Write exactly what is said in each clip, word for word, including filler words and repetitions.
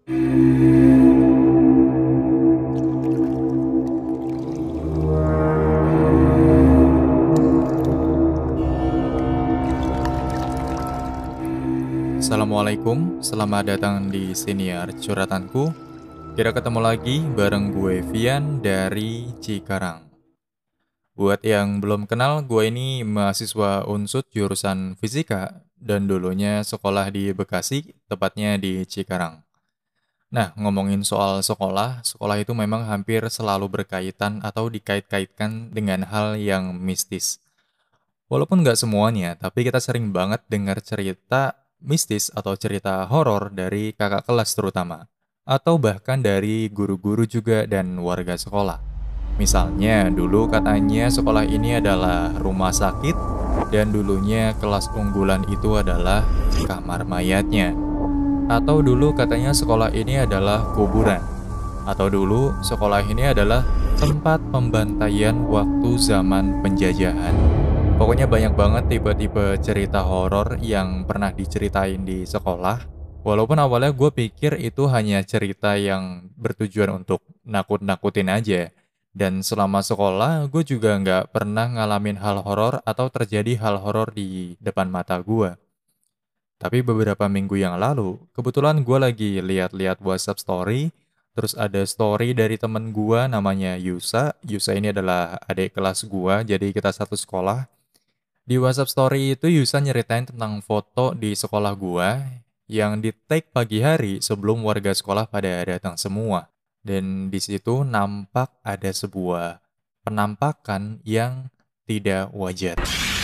Assalamualaikum, selamat datang di Siniar Curhatanku. Kita ketemu lagi bareng gue Vian dari Cikarang. Buat yang belum kenal, gue ini mahasiswa Unsud jurusan Fisika dan dulunya sekolah di Bekasi, tepatnya di Cikarang. Nah, ngomongin soal sekolah, sekolah itu memang hampir selalu berkaitan atau dikait-kaitkan dengan hal yang mistis. Walaupun nggak semuanya, tapi kita sering banget dengar cerita mistis atau cerita horor dari kakak kelas terutama. Atau bahkan dari guru-guru juga dan warga sekolah. Misalnya, dulu katanya sekolah ini adalah rumah sakit dan dulunya kelas unggulan itu adalah kamar mayatnya. Atau dulu katanya sekolah ini adalah kuburan. Atau dulu sekolah ini adalah tempat pembantaian waktu zaman penjajahan. Pokoknya banyak banget tipe-tipe cerita horor yang pernah diceritain di sekolah. Walaupun awalnya gue pikir itu hanya cerita yang bertujuan untuk nakut-nakutin aja. Dan selama sekolah, gue juga nggak pernah ngalamin hal horor atau terjadi hal horor di depan mata gue. Tapi beberapa minggu yang lalu, kebetulan gue lagi lihat-lihat WhatsApp story. Terus ada story dari temen gue namanya Yusa. Yusa ini adalah adik kelas gue, jadi kita satu sekolah. Di WhatsApp story itu Yusa nyeritain tentang foto di sekolah gua yang di-take pagi hari sebelum warga sekolah pada datang semua. Dan di situ nampak ada sebuah penampakan yang tidak wajar.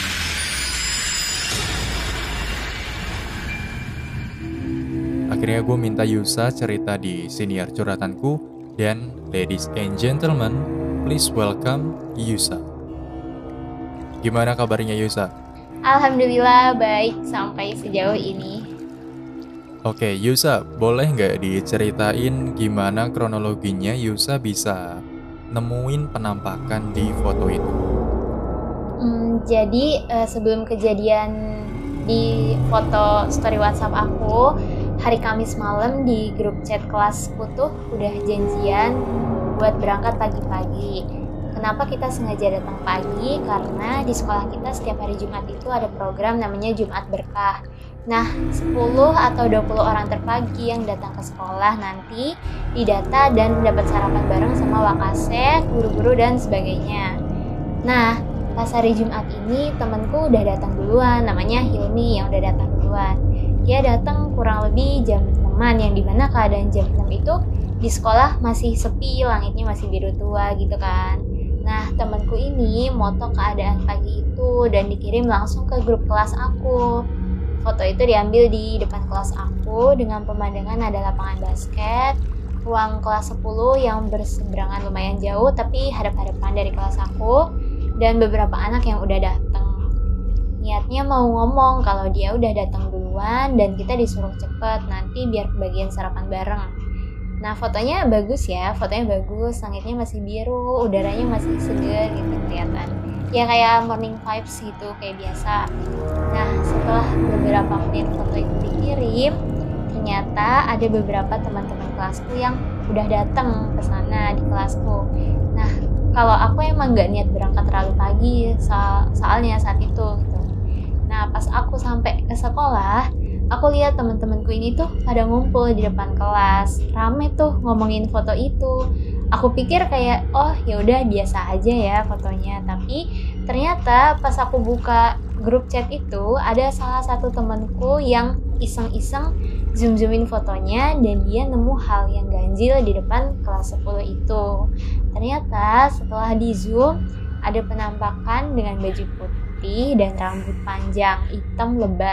Akhirnya gue minta Yusa cerita di Siniar Curhatanku dan ladies and gentlemen, please welcome Yusa. Gimana kabarnya Yusa? Alhamdulillah baik sampai sejauh ini. Oke, Yusa, boleh nggak diceritain gimana kronologinya Yusa bisa nemuin penampakan di foto itu? Hmm, jadi uh, sebelum kejadian di foto story WhatsApp aku, hari Kamis malam di grup chat kelasku tuh udah janjian buat berangkat pagi-pagi. Kenapa kita sengaja datang pagi? Karena di sekolah kita setiap hari Jumat itu ada program namanya Jumat Berkah. Nah, sepuluh atau dua puluh orang terpagi yang datang ke sekolah nanti didata dan mendapat sarapan bareng sama wakasek, guru-guru, dan sebagainya. Nah, pas hari Jumat ini temanku udah datang duluan, namanya Hilmi yang udah datang duluan. Dia datang kurang lebih jam enam, yang dimana keadaan jam enam itu di sekolah masih sepi, langitnya masih biru tua gitu kan. Nah, temanku ini moto keadaan pagi itu dan dikirim langsung ke grup kelas aku. Foto itu diambil di depan kelas aku dengan pemandangan ada lapangan basket, ruang kelas sepuluh yang berseberangan lumayan jauh tapi hadap-hadapan dari kelas aku, dan beberapa anak yang udah datang. Niatnya mau ngomong kalau dia udah datang duluan dan kita disuruh cepet nanti biar kebagian sarapan bareng. Nah, fotonya bagus ya, fotonya bagus, langitnya masih biru, udaranya masih segar gitu kelihatan. Ya kayak morning vibes gitu, kayak biasa. Nah, setelah beberapa menit foto itu dikirim, ternyata ada beberapa teman-teman kelasku yang udah datang ke sana di kelasku. Nah, kalau aku emang gak niat berangkat terlalu pagi soal, soalnya saat itu gitu. Nah, pas aku sampai ke sekolah, aku lihat teman-temanku ini tuh pada ngumpul di depan kelas, rame tuh ngomongin foto itu. Aku pikir kayak, oh ya udah biasa aja ya fotonya. Tapi ternyata pas aku buka grup chat itu, ada salah satu temanku yang iseng-iseng zoom-zoomin fotonya dan dia nemu hal yang ganjil di depan kelas sepuluh itu. Ternyata setelah di zoom, ada penampakan dengan baju putih dan rambut panjang hitam lebat.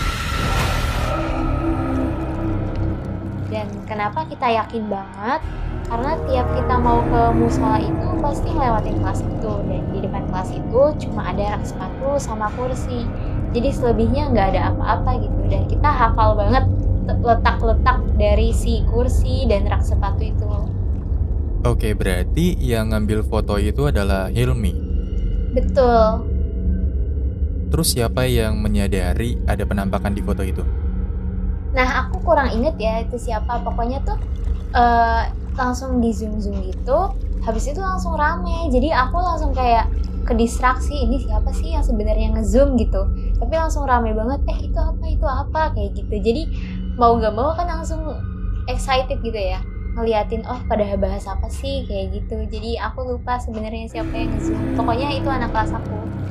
Dan kenapa kita yakin banget? Karena tiap kita mau ke musola itu pasti ngelewatin kelas itu, dan di depan kelas itu cuma ada rak sepatu sama kursi. Jadi selebihnya nggak ada apa-apa gitu, dan kita hafal banget letak-letak dari si kursi dan rak sepatu itu. Oke, berarti yang ngambil foto itu adalah Hilmi. Betul. Terus siapa yang menyadari ada penampakan di foto itu? Nah aku kurang inget ya itu siapa, pokoknya tuh uh, langsung di zoom zoom gitu, habis itu langsung rame, jadi aku langsung kayak kedistraksi, ini siapa sih yang sebenarnya ngezoom gitu, tapi langsung rame banget, eh itu apa itu apa kayak gitu, jadi mau gak mau kan langsung excited gitu ya ngeliatin, oh pada bahas apa sih kayak gitu, jadi aku lupa sebenarnya siapa yang ngezoom, pokoknya itu anak kelas aku.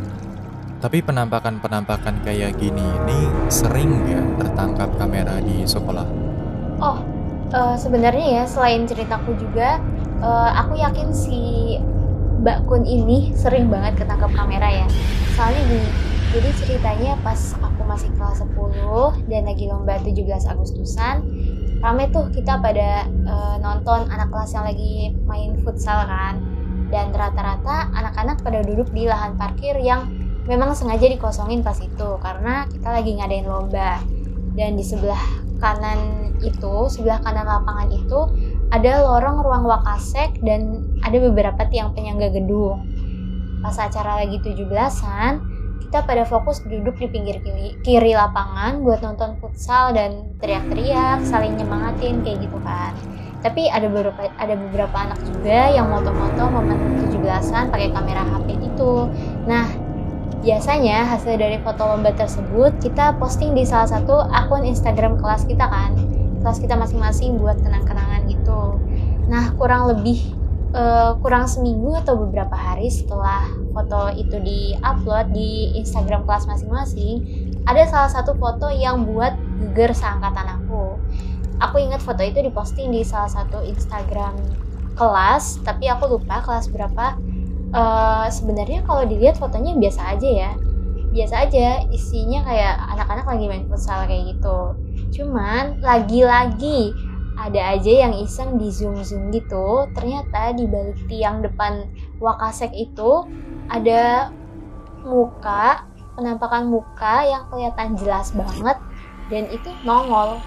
Tapi penampakan-penampakan kayak gini ini sering nggak tertangkap kamera di sekolah? Oh, uh, sebenarnya ya selain ceritaku juga, uh, aku yakin si Mbak Kun ini sering banget ketangkap kamera ya. Soalnya gini, jadi ceritanya pas aku masih kelas sepuluh dan lagi lomba tujuh belas Agustusan, rame tuh kita pada uh, nonton anak kelas yang lagi main futsal kan. Dan rata-rata anak-anak pada duduk di lahan parkir yang memang sengaja dikosongin pas itu karena kita lagi ngadain lomba. Dan di sebelah kanan itu, sebelah kanan lapangan itu ada lorong ruang wakasek dan ada beberapa tiang penyangga gedung. Pas acara lagi tujuh belasan, kita pada fokus duduk di pinggir kiri, kiri lapangan buat nonton futsal dan teriak-teriak, saling nyemangatin kayak gitu kan. Tapi ada beberapa ada beberapa anak juga yang moto-moto momen tujuh belasan pakai kamera H P gitu. Nah, biasanya hasil dari foto lomba tersebut kita posting di salah satu akun Instagram kelas kita kan, kelas kita masing-masing buat kenang-kenangan gitu. Nah kurang lebih uh, kurang seminggu atau beberapa hari setelah foto itu di-upload di Instagram kelas masing-masing, ada salah satu foto yang buat geger seangkatan aku. Aku ingat foto itu diposting di salah satu Instagram kelas, tapi aku lupa kelas berapa. Uh, sebenarnya kalau dilihat fotonya biasa aja ya, biasa aja, isinya kayak anak-anak lagi main futsal kayak gitu. Cuman lagi-lagi ada aja yang iseng di zoom-zoom gitu, ternyata di balik tiang depan wakasek itu ada muka, penampakan muka yang kelihatan jelas banget dan itu nongol.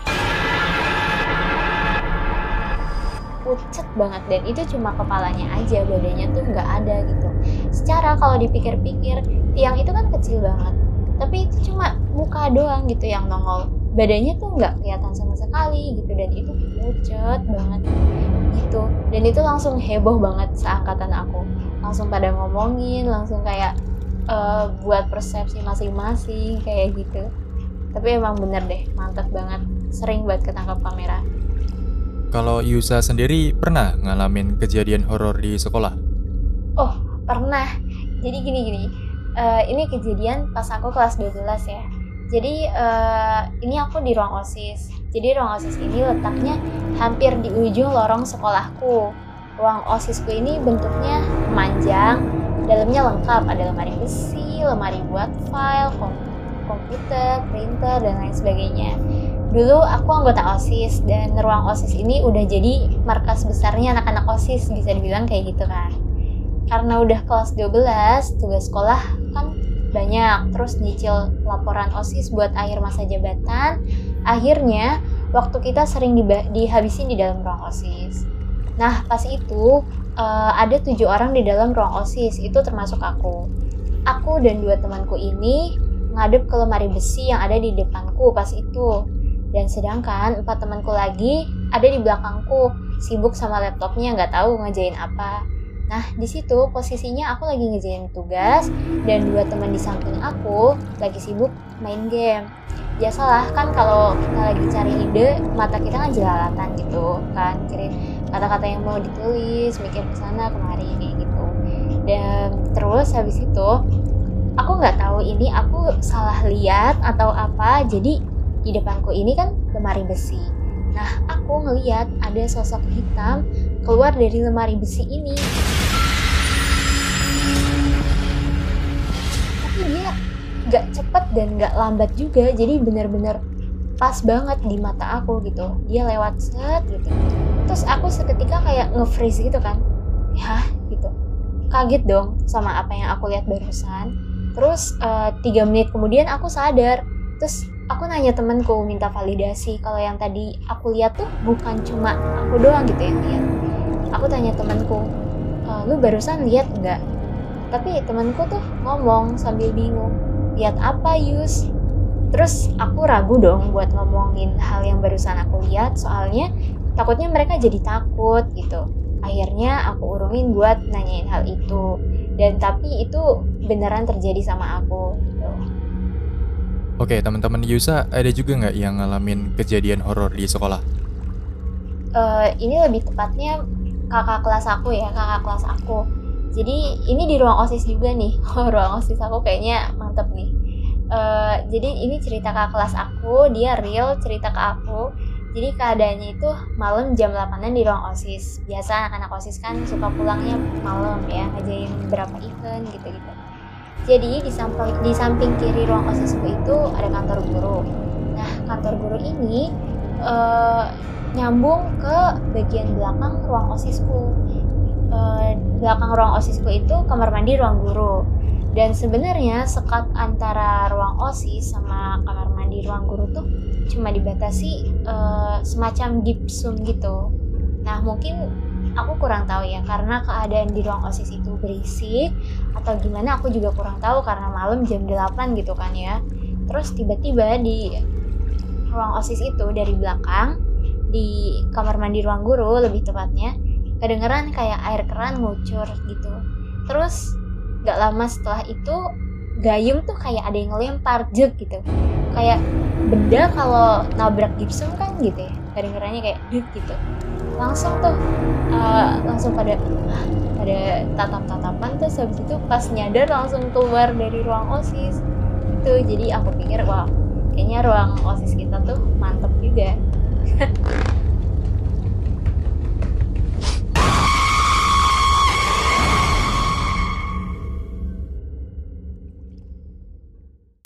Pucet banget dan itu cuma kepalanya aja, badannya tuh nggak ada gitu. Secara kalau dipikir-pikir tiang itu kan kecil banget, tapi itu cuma muka doang gitu yang nongol, badannya tuh nggak kelihatan sama sekali gitu, dan itu pucet banget gitu. Dan itu langsung heboh banget seangkatan aku, langsung pada ngomongin, langsung kayak uh, buat persepsi masing-masing kayak gitu. Tapi emang bener deh, mantap banget, sering buat ketangkap kamera. Kalau Yusa sendiri pernah ngalamin kejadian horor di sekolah? Oh, pernah. Jadi gini-gini, uh, ini kejadian pas aku kelas dua belas ya. Jadi uh, ini aku di ruang OSIS. Jadi ruang OSIS ini letaknya hampir di ujung lorong sekolahku. Ruang OSISku ini bentuknya memanjang, dalamnya lengkap, ada lemari besi, lemari buat file, komputer, printer, dan lain sebagainya. Dulu aku anggota OSIS dan ruang OSIS ini udah jadi markas besarnya anak-anak OSIS, bisa dibilang kayak gitu kan. Karena udah kelas dua belas, tugas sekolah kan banyak, terus nyicil laporan OSIS buat akhir masa jabatan, akhirnya waktu kita sering dihabisin di dalam ruang OSIS. Nah pas itu uh, ada tujuh orang di dalam ruang OSIS, itu termasuk aku. Aku dan dua temanku ini ngadep ke lemari besi yang ada di depanku pas itu. Dan sedangkan empat temanku lagi ada di belakangku, sibuk sama laptopnya, nggak tahu ngerjain apa. Nah di situ posisinya aku lagi ngerjain tugas dan dua teman di samping aku lagi sibuk main game. Biasalah kan kalau kita lagi cari ide, mata kita kan jelalatan gitu kan, cari kata-kata yang mau ditulis, mikir kesana kemari kayak gitu. Dan terus habis itu aku nggak tahu ini aku salah lihat atau apa, jadi di depanku ini kan lemari besi. Nah, aku ngeliat ada sosok hitam keluar dari lemari besi ini. Tapi dia gak cepet dan gak lambat juga, jadi bener-bener pas banget di mata aku gitu. Dia lewat set gitu. Terus aku seketika kayak nge-freeze gitu kan. Hah? Gitu. Kaget dong sama apa yang aku lihat barusan. Terus uh, tiga menit kemudian aku sadar. Terus aku nanya temanku, minta validasi kalau yang tadi aku lihat tuh bukan cuma aku doang gitu yang lihat. Aku tanya temanku, e, lu barusan lihat nggak? Tapi temanku tuh ngomong sambil bingung, lihat apa Yus? Terus aku ragu dong buat ngomongin hal yang barusan aku lihat, soalnya takutnya mereka jadi takut gitu. Akhirnya aku urungin buat nanyain hal itu. Dan tapi itu beneran terjadi sama aku gitu. Oke, teman-teman Yusa ada juga nggak yang ngalamin kejadian horor di sekolah? Uh, ini lebih tepatnya kakak kelas aku ya, kakak kelas aku. Jadi ini di ruang OSIS juga nih. Ruang OSIS aku kayaknya mantep nih. Uh, jadi ini cerita kakak kelas aku, dia real cerita ke aku. Jadi keadaannya itu malam jam delapanan di ruang OSIS. Biasa anak-anak OSIS kan suka pulangnya malam ya, ngajain berapa event gitu-gitu. Jadi di samping, di samping kiri ruang OSISku itu ada kantor guru. Nah, kantor guru ini uh, nyambung ke bagian belakang ruang OSISku. Uh, belakang ruang OSISku itu kamar mandi ruang guru. Dan sebenarnya sekat antara ruang OSIS sama kamar mandi ruang guru tuh cuma dibatasi uh, semacam gipsum gitu. Nah mungkin aku kurang tahu ya, karena keadaan di ruang OSIS itu berisik atau gimana aku juga kurang tahu karena malam jam delapan gitu kan ya. Terus tiba-tiba di ruang OSIS itu dari belakang, di kamar mandi ruang guru lebih tepatnya, kedengeran kayak air keran ngucur gitu. Terus gak lama setelah itu gayung tuh kayak ada yang ngelempar jek gitu, kayak benda kalau nabrak gipsum kan gitu ya, kedengerannya kayak duk gitu. Langsung tuh uh, langsung pada pada tatap-tatapan. Terus habis itu pas nyadar langsung keluar dari ruang OSIS itu. Jadi aku pikir wah, kayaknya ruang OSIS kita tuh mantep juga.